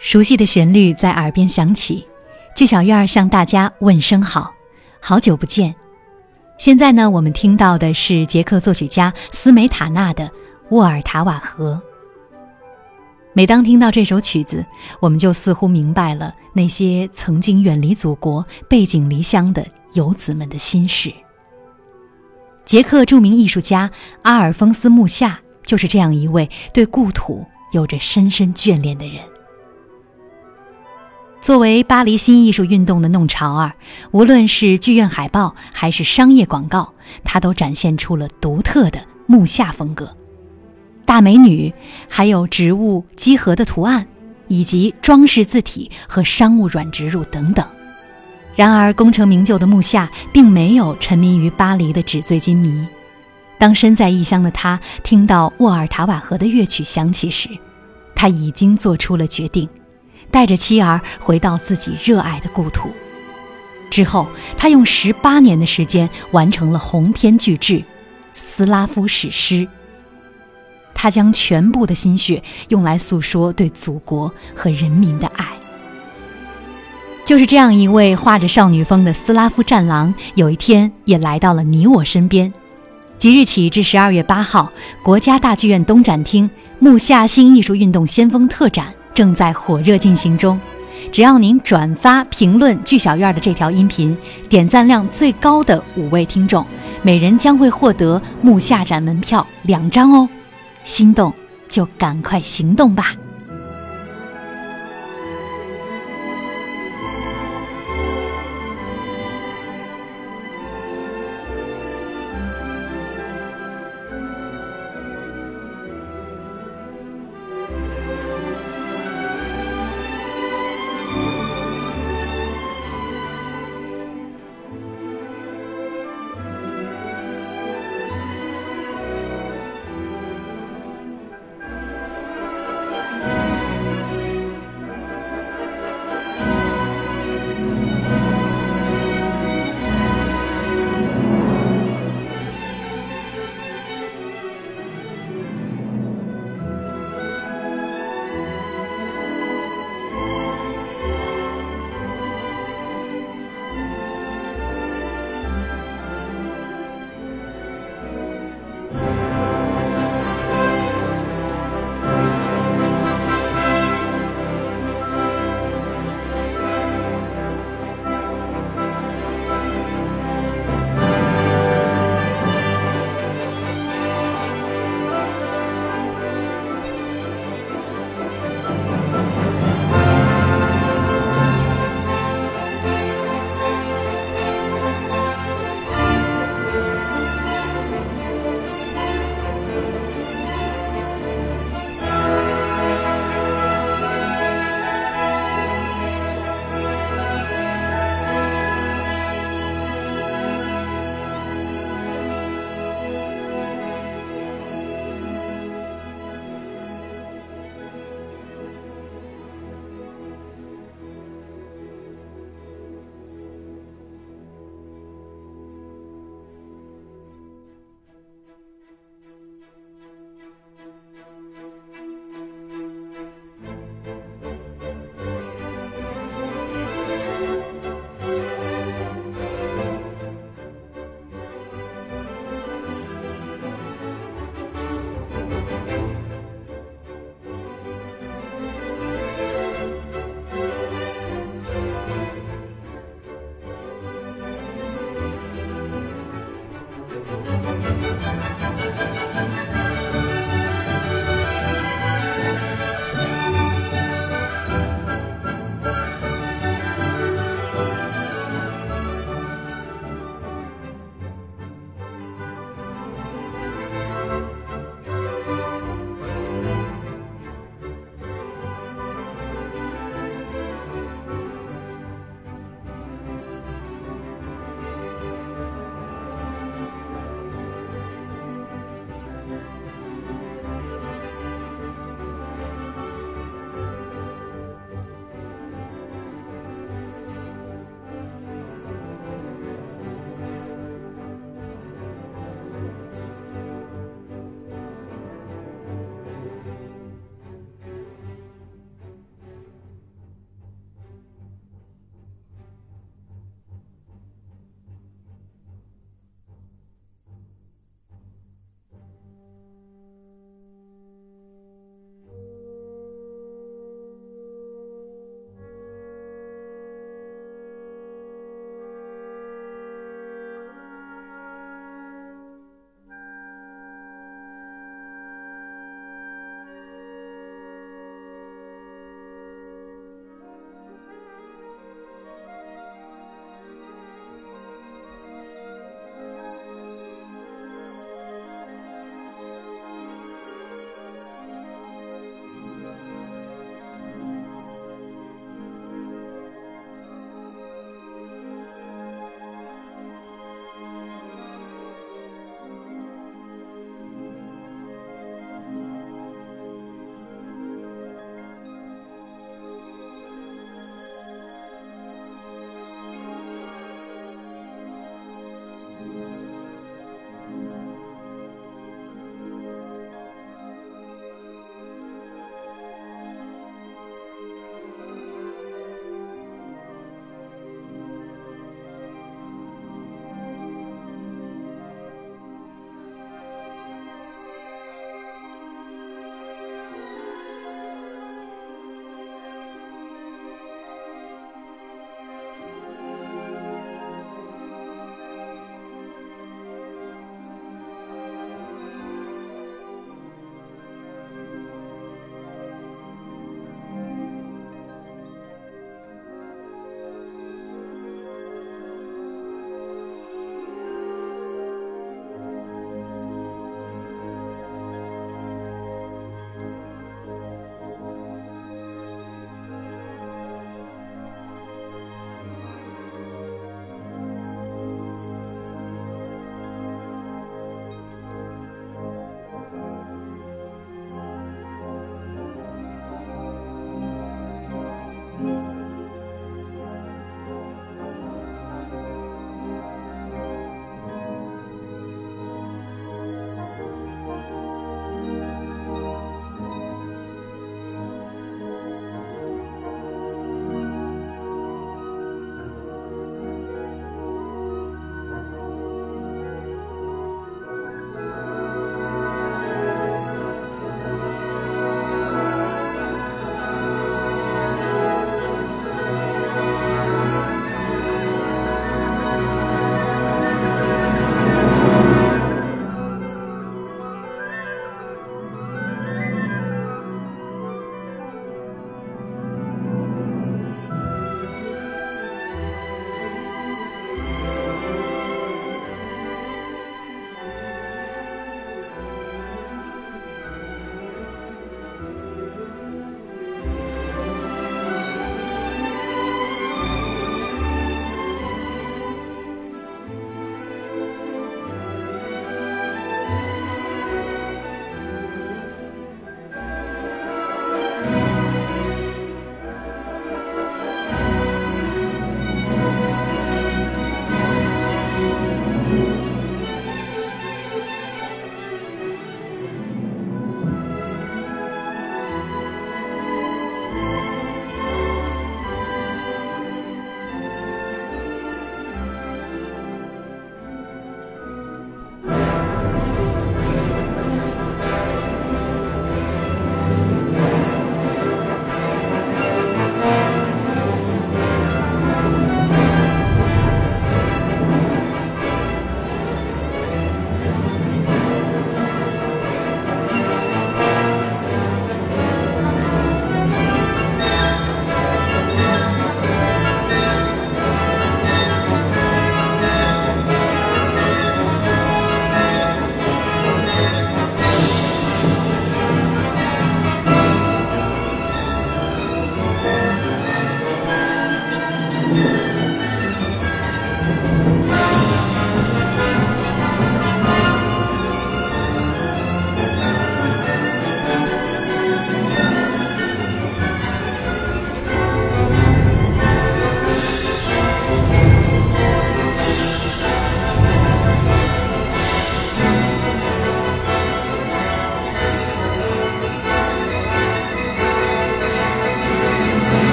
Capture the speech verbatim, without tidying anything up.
熟悉的旋律在耳边响起，剧小院向大家问声好，好久不见。现在呢，我们听到的是捷克作曲家斯梅塔纳的《沃尔塔瓦河》。每当听到这首曲子，我们就似乎明白了那些曾经远离祖国、背井离乡的游子们的心事。捷克著名艺术家阿尔丰斯·穆夏就是这样一位对故土有着深深眷恋的人。作为巴黎新艺术运动的弄潮儿，无论是剧院海报还是商业广告，他都展现出了独特的穆夏风格。大美女，还有植物几何的图案，以及装饰字体和商务软植入等等。然而功成名就的穆夏并没有沉迷于巴黎的纸醉金迷。当身在异乡的他听到沃尔塔瓦河的乐曲响起时，他已经做出了决定，带着妻儿回到自己热爱的故土。之后他用十八年的时间完成了鸿篇巨制《斯拉夫史诗》。他将全部的心血用来诉说对祖国和人民的爱。就是这样一位画着少女风的斯拉夫战狼，有一天也来到了你我身边。即日起至十二月八号，国家大剧院东展厅穆夏新艺术运动先锋特展正在火热进行中。只要您转发评论剧小院的这条音频，点赞量最高的五位听众，每人将会获得穆夏展门票两张哦。心动就赶快行动吧。